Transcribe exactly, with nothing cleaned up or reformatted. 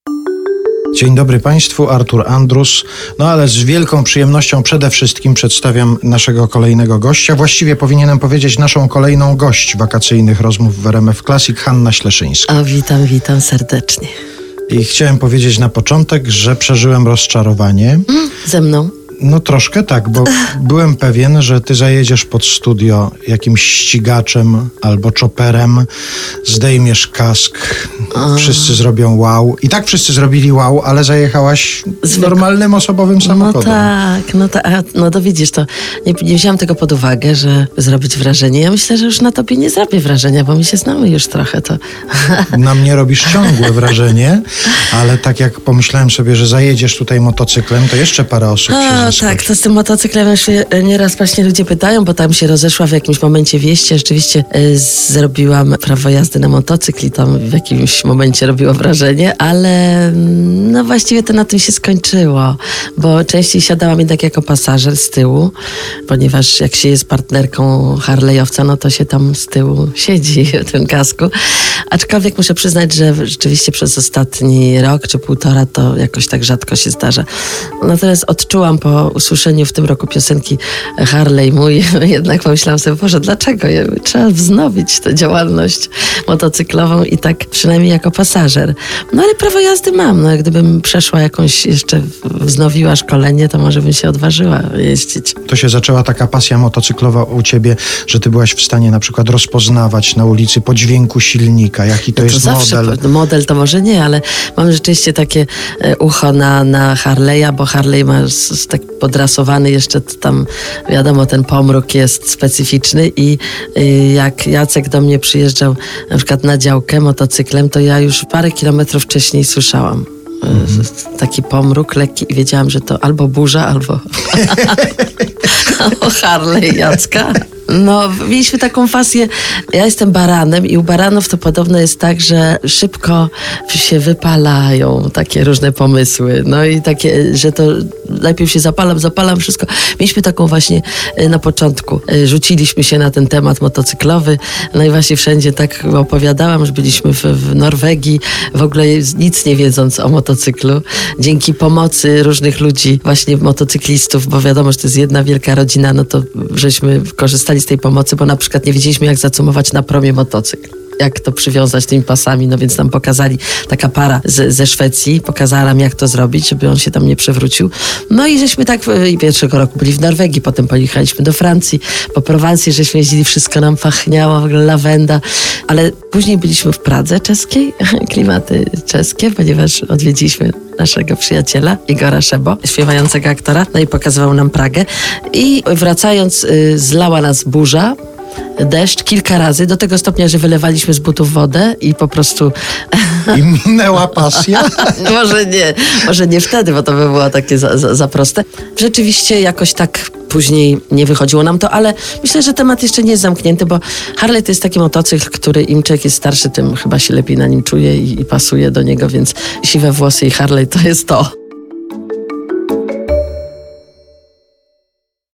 Dzień dobry Państwu, Artur Andrus. No ale z wielką przyjemnością przede wszystkim przedstawiam naszego kolejnego gościa. Właściwie powinienem powiedzieć naszą kolejną gość wakacyjnych rozmów w R M F Classic, Hanna Śleszyńska. O, witam, witam serdecznie. I chciałem powiedzieć na początek, że przeżyłem rozczarowanie. Mm, ze mną? No troszkę tak, bo byłem pewien, że ty zajedziesz pod studio jakimś ścigaczem albo chopperem, zdejmiesz kask, O. wszyscy zrobią wow. I tak wszyscy zrobili wow, ale zajechałaś z normalnym osobowym samochodem. No tak, no tak, no to widzisz, to nie, nie wziąłam tego pod uwagę, że zrobić wrażenie. Ja myślę, że już na tobie nie zrobię wrażenia, bo my się znamy już trochę, to... Na mnie robisz ciągłe wrażenie, ale tak jak pomyślałem sobie, że zajedziesz tutaj motocyklem, to jeszcze parę osób się A, zaskoczy. tak, to z tym motocyklem już się nieraz właśnie ludzie pytają, bo tam się rozeszła w jakimś momencie wieść. Ja rzeczywiście y, zrobiłam prawo jazdy na motocykl i tam w jakimś momencie robiło wrażenie, ale mm, no właściwie to na tym się skończyło, bo częściej siadałam jednak jako pasażer z tyłu, ponieważ jak się jest partnerką harlejowca, no to się tam z tyłu siedzi w tym kasku. Aczkolwiek muszę przyznać, że rzeczywiście przez ostatni rok czy półtora to jakoś tak rzadko się zdarza. Natomiast odczułam po usłyszeniu w tym roku piosenki Harley mój, jednak pomyślałam sobie, Boże, dlaczego? Trzeba wznowić tę działalność motocyklową i tak przynajmniej jako pasażer. No ale prawo jazdy mam. No, gdybym przeszła jakąś jeszcze, wznowiła szkolenie, to może bym się odważyła jeździć. To się zaczęła taka pasja motocyklowa u ciebie, że ty byłaś w stanie na przykład rozpoznawać na ulicy po dźwięku silnika, jaki to, No to jest zawsze, model. Model to może nie, ale mam rzeczywiście takie e, ucho na, na Harley'a, bo Harley ma z, z tak podrasowany jeszcze tam, wiadomo, ten pomruk jest specyficzny i y, jak Jacek do mnie przyjeżdżał na przykład na działkę motocyklem, to ja już parę kilometrów wcześniej słyszałam y, taki pomruk lekki i wiedziałam, że to albo burza, albo, albo Harley Jacka. No, mieliśmy taką fasję, ja jestem baranem i u baranów to podobno jest tak, że szybko się wypalają takie różne pomysły. No i takie, że to najpierw się zapalam, zapalam wszystko. Mieliśmy taką właśnie na początku, rzuciliśmy się na ten temat motocyklowy, no i właśnie wszędzie tak opowiadałam, że byliśmy w, w Norwegii, w ogóle nic nie wiedząc o motocyklu. Dzięki pomocy różnych ludzi, właśnie motocyklistów, bo wiadomo, że to jest jedna wielka rodzina, no to żeśmy korzystali z tej pomocy, bo na przykład nie wiedzieliśmy, jak zacumować na promie motocykl. Jak to przywiązać tymi pasami, no więc nam pokazali, taka para z, ze Szwecji pokazała nam, jak to zrobić, żeby on się tam nie przewrócił. No i żeśmy tak i pierwszego roku byli w Norwegii, potem pojechaliśmy do Francji, po Prowansji, żeśmy jeździli, wszystko nam pachniało, w ogóle lawenda, ale później byliśmy w Pradze czeskiej, klimaty czeskie, ponieważ odwiedziliśmy naszego przyjaciela, Igora Szebo, śpiewającego aktora, no i pokazywał nam Pragę i wracając y, zlała nas burza, deszcz kilka razy, do tego stopnia, że wylewaliśmy z butów wodę i po prostu... I minęła pasja? może nie, może nie wtedy, bo to by było takie za, za, za proste. Rzeczywiście jakoś tak później nie wychodziło nam to, ale myślę, że temat jeszcze nie jest zamknięty, bo Harley to jest taki motocykl, który im człowiek jest starszy, tym chyba się lepiej na nim czuje i, i pasuje do niego, więc siwe włosy i Harley to jest to.